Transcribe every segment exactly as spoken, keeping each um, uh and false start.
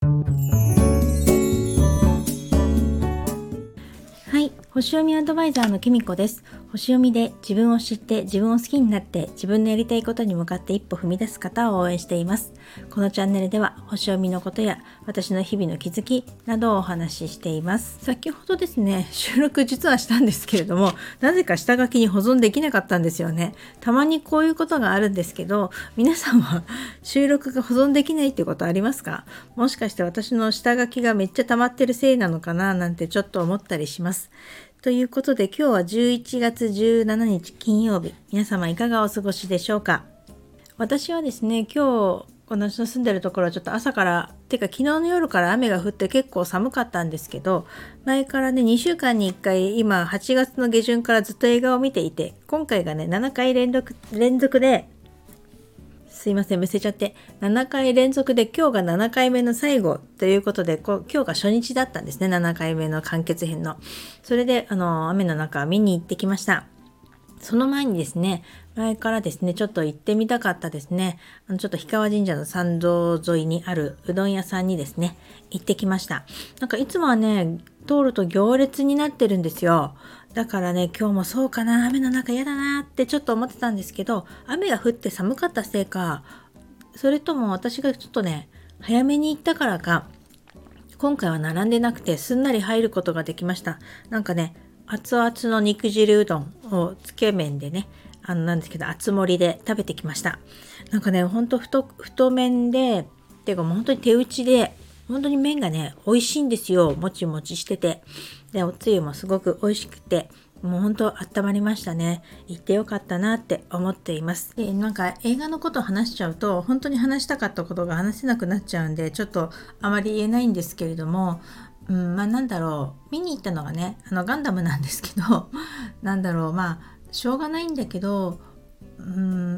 はい、星読みアドバイザーのきみこです。星読みで自分を知って自分を好きになって自分のやりたいことに向かって一歩踏み出す方を応援しています。このチャンネルでは星読みのことや私の日々の気づきなどをお話ししています。先ほどですね、収録実はしたんですけれども、なぜか下書きに保存できなかったんですよね。たまにこういうことがあるんですけど、皆さんは収録が保存できないってことありますか？もしかして私の下書きがめっちゃ溜まってるせいなのかななんてちょっと思ったりします。ということで今日はじゅういちがつじゅうしちにち金曜日、皆様いかがお過ごしでしょうか？私はですね、今日私の住んでるところはちょっと朝からてか昨日の夜から雨が降って結構寒かったんですけど、前からねにしゅうかんにいっかい今はちがつの下旬からずっと映画を見ていて、今回がねななかい連続連続ですいませんむせちゃってななかい連続で今日がななかいめの最後ということで、こ今日が初日だったんですね。ななかいめの完結編の。それであの雨の中見に行ってきました。その前にですね、前からですねちょっと行ってみたかったですね、あのちょっと氷川神社の参道沿いにあるうどん屋さんにですね行ってきました。なんかいつもはね通ると行列になってるんですよ。だからね今日もそうかな、雨の中嫌だなってちょっと思ってたんですけど、雨が降って寒かったせいか、それとも私がちょっとね早めに行ったからか、今回は並んでなくてすんなり入ることができました。なんかね熱々の肉汁うどんをつけ麺でね、あのなんですけど厚盛りで食べてきました。なんかねほんと 太, 太麺でっていうかもう本当に手打ちで、本当に麺がね美味しいんですよ。もちもちしてて、でおつゆもすごく美味しくて、もう本当温まりましたね。行ってよかったなって思っています。でなんか映画のことを話しちゃうと本当に話したかったことが話せなくなっちゃうんで、ちょっとあまり言えないんですけれども、うん、まあなんだろう、見に行ったのがねあのガンダムなんですけどなんだろう、まあしょうがないんだけど、うん、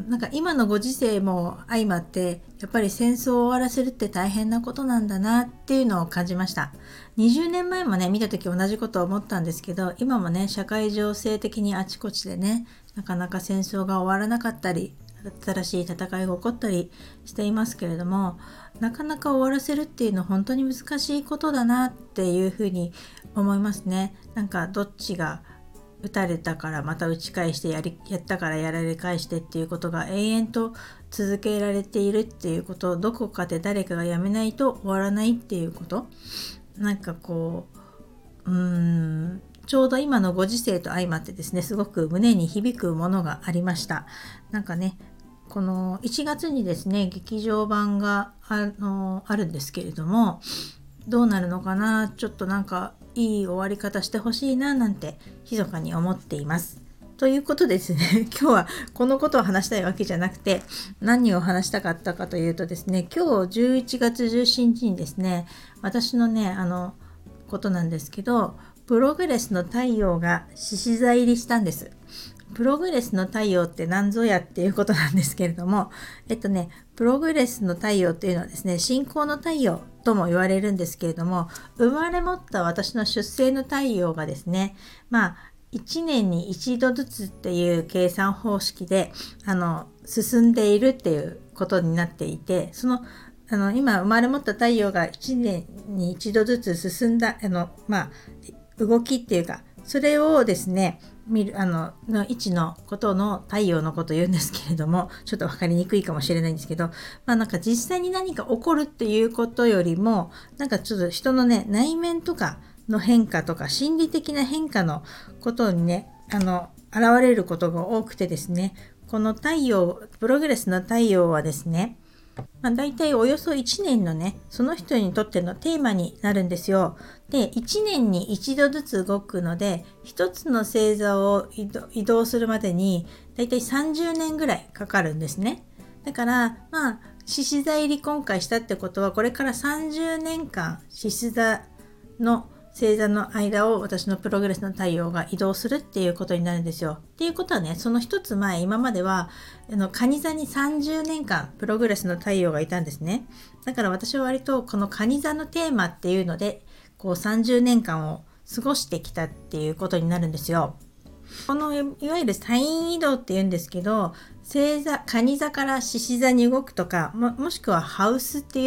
なんか今のご時世も相まってやっぱり戦争を終わらせるって大変なことなんだなっていうのを感じました。にじゅうねんまえもね見た時同じことを思ったんですけど、今もね社会情勢的にあちこちでねなかなか戦争が終わらなかったり、新しい戦いが起こったりしていますけれども、なかなか終わらせるっていうのは本当に難しいことだなっていうふうに思いますね。なんかどっちが撃たれたからまた撃ち返してやりやったからやられ返してっていうことが永遠と続けられているっていうこと、どこかで誰かがやめないと終わらないっていうこと、なんかこううーんちょうど今のご時世と相まってですね、すごく胸に響くものがありました。なんかねこのいちがつにですね劇場版が あ, のあるんですけれども、どうなるのかな、ちょっとなんかいい終わり方してほしいななんて密かに思っています。ということでですね、今日はこのことを話したいわけじゃなくて、何を話したかったかというとですね、今日じゅういちがつじゅうしちにちにですね、私のねあのことなんですけど、プログレスの太陽が獅子座入りしたんです。プログレスの太陽って何ぞやっていうことなんですけれども、えっとねプログレスの太陽というのはですね、信仰の太陽とも言われるんですけれども、生まれ持った私の出生の太陽がですね、まあいちねんに一度ずつっていう計算方式であの進んでいるっていうことになっていて、そのあの今生まれ持った太陽がいちねんに一度ずつ進んだあの、まあ、動きっていうか、それをですね見るあのの位置のことの太陽のことを言うんですけれども、ちょっと分かりにくいかもしれないんですけど、まあなんか実際に何か起こるっていうことよりも、なんかちょっと人のね内面とかの変化とか心理的な変化のことにねあの現れることが多くてですね、この太陽プログレスの太陽はですね、まあ、大体およそいちねんのねその人にとってのテーマになるんですよ。でいちねんに一度ずつ動くので、一つの星座を移動するまでに大体さんじゅうねんぐらいかかるんですね。だからまあ獅子座入り今回したってことは、これからさんじゅうねんかん獅子座の星座の間を私のプログレスの太陽が移動するっていうことになるんですよ。っていうことはね、その一つ前、今まではあの蟹座にさんじゅうねんかんプログレスの太陽がいたんですね。だから私は割とこの蟹座のテーマっていうのでこうさんじゅうねんかんを過ごしてきたっていうことになるんですよ。このいわゆるサイン移動っていうんですけど、星座蟹座から獅子座に動くとか、も, もしくはハウスっていう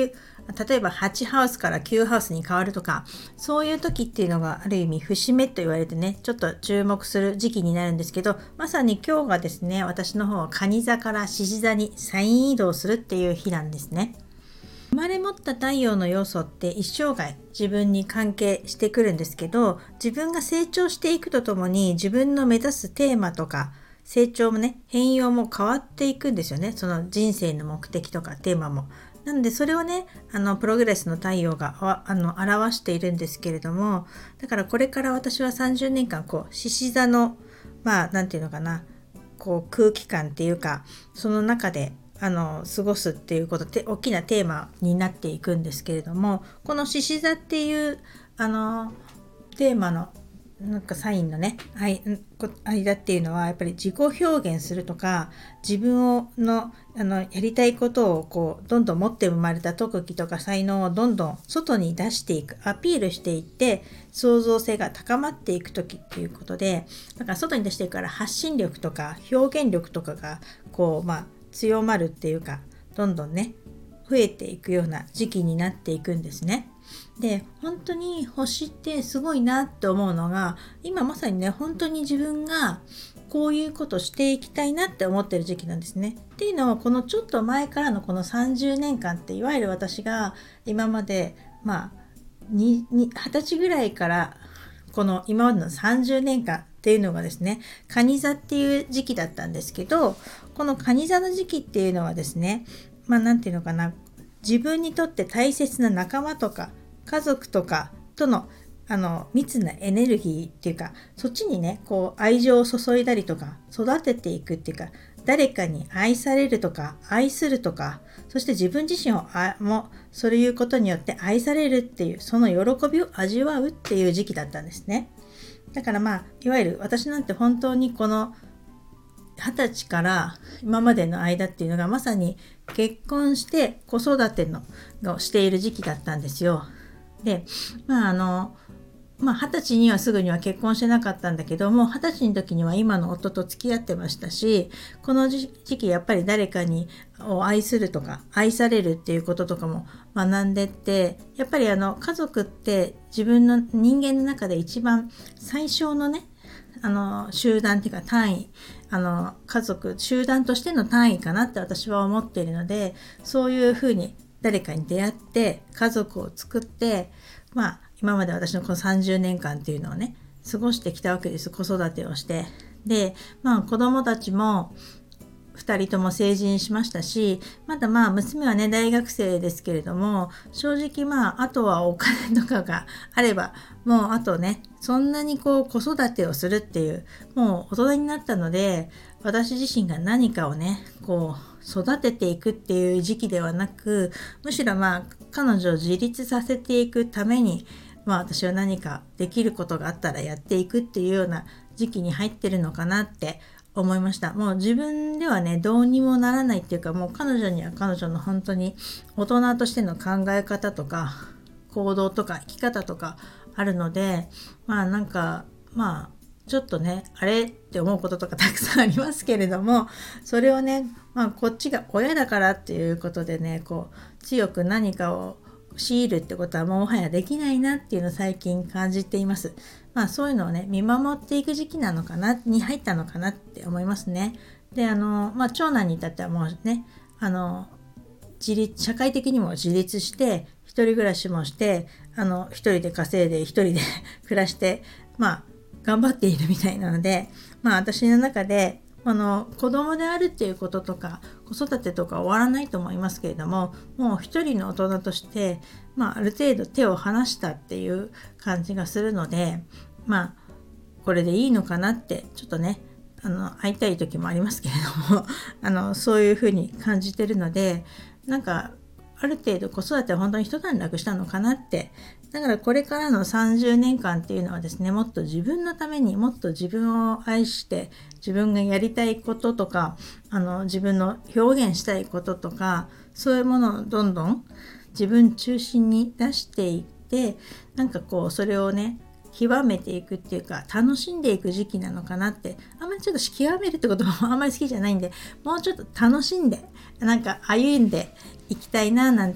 例えばはちハウスからきゅうハウスに変わるとか、そういう時っていうのがある意味節目と言われてね、ちょっと注目する時期になるんですけど、まさに今日がですね、私の方は蟹座から獅子座にサイン移動するっていう日なんですね。生まれ持った太陽の要素って一生涯自分に関係してくるんですけど、自分が成長していくとともに自分の目指すテーマとか成長もね、変容も変わっていくんですよね。その人生の目的とかテーマも。なのでそれをね、あのプログレスの太陽があの表しているんですけれども、だからこれから私はさんじゅうねんかんこう獅子座のまあなんていうのかな、こう空気感っていうか、その中であの過ごすっていうことって大きなテーマになっていくんですけれども、この獅子座っていうあのテーマのなんかサインのね間っていうのはやっぱり自己表現するとか、自分をのあのやりたいことをこうどんどん持って生まれた特技とか才能をどんどん外に出していく、アピールしていって創造性が高まっていく時っていうことで、だから外に出していくから発信力とか表現力とかがこうまあ強まるっていうか、どんどんね増えていくような時期になっていくんですね。で、本当に星ってすごいなって思うのが、今まさにね本当に自分がこういうことしていきたいなって思ってる時期なんですね。っていうのはこのちょっと前からのこのさんじゅうねんかんって、いわゆる私が今までまあににはたちぐらいからこの今までのさんじゅうねんかんっていうのがですね、蟹座っていう時期だったんですけど、この蟹座の時期っていうのはですね、まあなんていうのかな、自分にとって大切な仲間とか家族とかとのあの密なエネルギーっていうか、そっちにねこう愛情を注いだりとか育てていくっていうか、誰かに愛されるとか愛するとか、そして自分自身をあもそういうことによって愛されるっていう、その喜びを味わうっていう時期だったんですね。だからまあいわゆる私なんて本当にこのはたちから今までの間っていうのがまさに結婚して子育てのをしている時期だったんですよ。で、まああのまあ二十歳にはすぐには結婚してなかったんだけども、二十歳の時には今の夫と付き合ってましたし、この時期やっぱり誰かにを愛するとか愛されるっていうこととかも学んでって、やっぱりあの家族って自分の人間の中で一番最小のねあの集団っていうか単位、あの家族集団としての単位かなって私は思っているので、そういうふうに誰かに出会って家族を作って、まあ今まで私のこのさんじゅうねんかんっていうのをね過ごしてきたわけです。子育てをして、でまあ子供たちもふたりとも成人しましたし、まだまあ娘はね大学生ですけれども、正直まああとはお金とかがあれば、もうあとねそんなにこう子育てをするっていう、もう大人になったので、私自身が何かをねこう育てていくっていう時期ではなく、むしろまあ彼女を自立させていくために、まあ私は何かできることがあったらやっていくっていうような時期に入ってるのかなって思いました。もう自分ではねどうにもならないっていうか、もう彼女には彼女の本当に大人としての考え方とか行動とか生き方とかあるので、まあなんかまあちょっとねあれって思うこととかたくさんありますけれども、それをねまあこっちが親だからっていうことでねこう強く何かを強いるってことはもはやできないなっていうのを最近感じています。まあそういうのをね見守っていく時期なのかなに入ったのかなって思いますね。であのまあ長男に至ってはもうねあの自立社会的にも自立して一人暮らしもして、あの一人で稼いで一人で暮らしてまあ頑張っているみたいなので、まあ私の中であの子供であるっていうこととか子育てとか終わらないと思いますけれども、もう一人の大人として、まあ、ある程度手を離したっていう感じがするので、まあこれでいいのかなってちょっとねあの会いたい時もありますけれどもあのそういうふうに感じてるので、なんかある程度子育ては本当に一段落したのかなって。だからこれからのさんじゅうねんかんっていうのはですね、もっと自分のためにもっと自分を愛して自分がやりたいこととか、あの自分の表現したいこととか、そういうものをどんどん自分中心に出していって、なんかこうそれをね極めていくっていうか楽しんでいく時期なのかなって。あんまりちょっと極めるってこともあんまり好きじゃないんで、もうちょっと楽しんでなんか歩んでいきたいななんて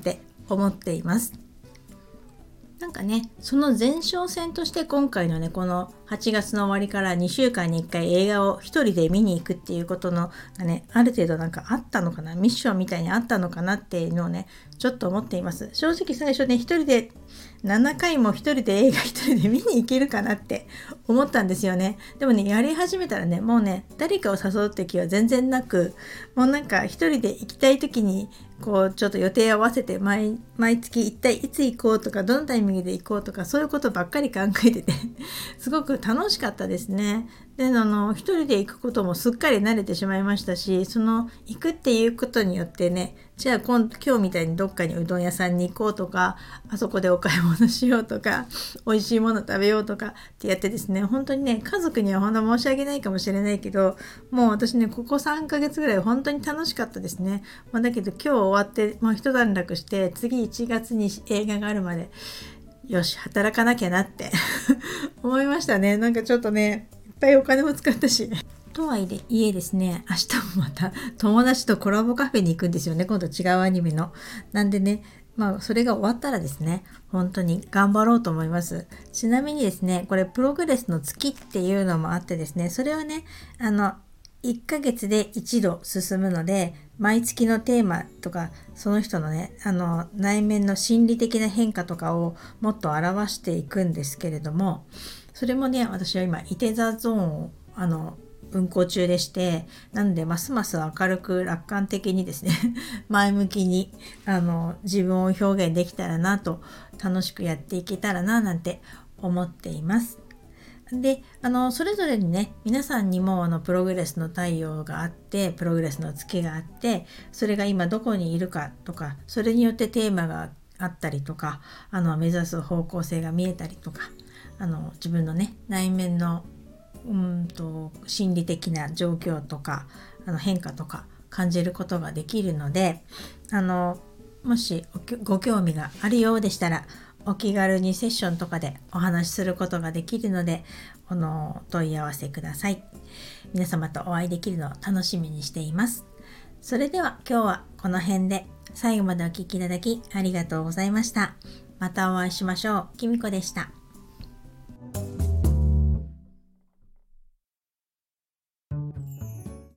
思っています。なんかね、その前哨戦として今回のね、このはちがつの終わりからにしゅうかんにいっかい映画を一人で見に行くっていうことのがね、ある程度なんかあったのかな、ミッションみたいにあったのかなっていうのをね、ちょっと思っています。正直最初ね、一人でななかいも一人で映画一人で見に行けるかなって思ったんですよね。でもね、やり始めたらね、もうね、誰かを誘うって気は全然なく、もうなんか一人で行きたい時にこうちょっと予定合わせて 毎, 毎月一体いつ行こうとか、どのタイミングで行こうとか、そういうことばっかり考えててすごく楽しかったですね。で、あの一人で行くこともすっかり慣れてしまいましたし、その行くっていうことによってね、じゃあ 今, 今日みたいにどっかにうどん屋さんに行こうとか、あそこでお買い物しようとか、美味しいもの食べようとかってやってですね、本当にね、家族には本当申し訳ないかもしれないけど、もう私ね、ここさんかげつぐらい本当に楽しかったですね。まあ、だけど今日終わって、まあ、一段落して、次いちがつに映画があるまでよし働かなきゃなって思いましたね。なんかちょっとね、いっぱいお金も使ったしとはいえですね、明日もまた友達とコラボカフェに行くんですよね。今度違うアニメの。なんでね、まあそれが終わったらですね、本当に頑張ろうと思います。ちなみにですね、これプログレスの月っていうのもあってですね、それはね、あのいっかげつで一度進むので、毎月のテーマとか、その人のね、あの内面の心理的な変化とかをもっと表していくんですけれども、それもね、私は今いて座ゾーンをあの運行中でして、なのでますます明るく楽観的にですね前向きにあの自分を表現できたらなと、楽しくやっていけたらななんて思っています。で、あのそれぞれにね、皆さんにもあのプログレスの太陽があって、プログレスの月があって、それが今どこにいるかとか、それによってテーマがあったりとか、あの目指す方向性が見えたりとか、あの自分のね、内面のうんと心理的な状況とか、あの変化とか感じることができるので、あのもしご興味があるようでしたら、お気軽にセッションとかでお話しすることができるので、あの問い合わせください。皆様とお会いできるのを楽しみにしています。それでは今日はこの辺で、最後までお聞きいただきありがとうございました。またお会いしましょう。きみこでした。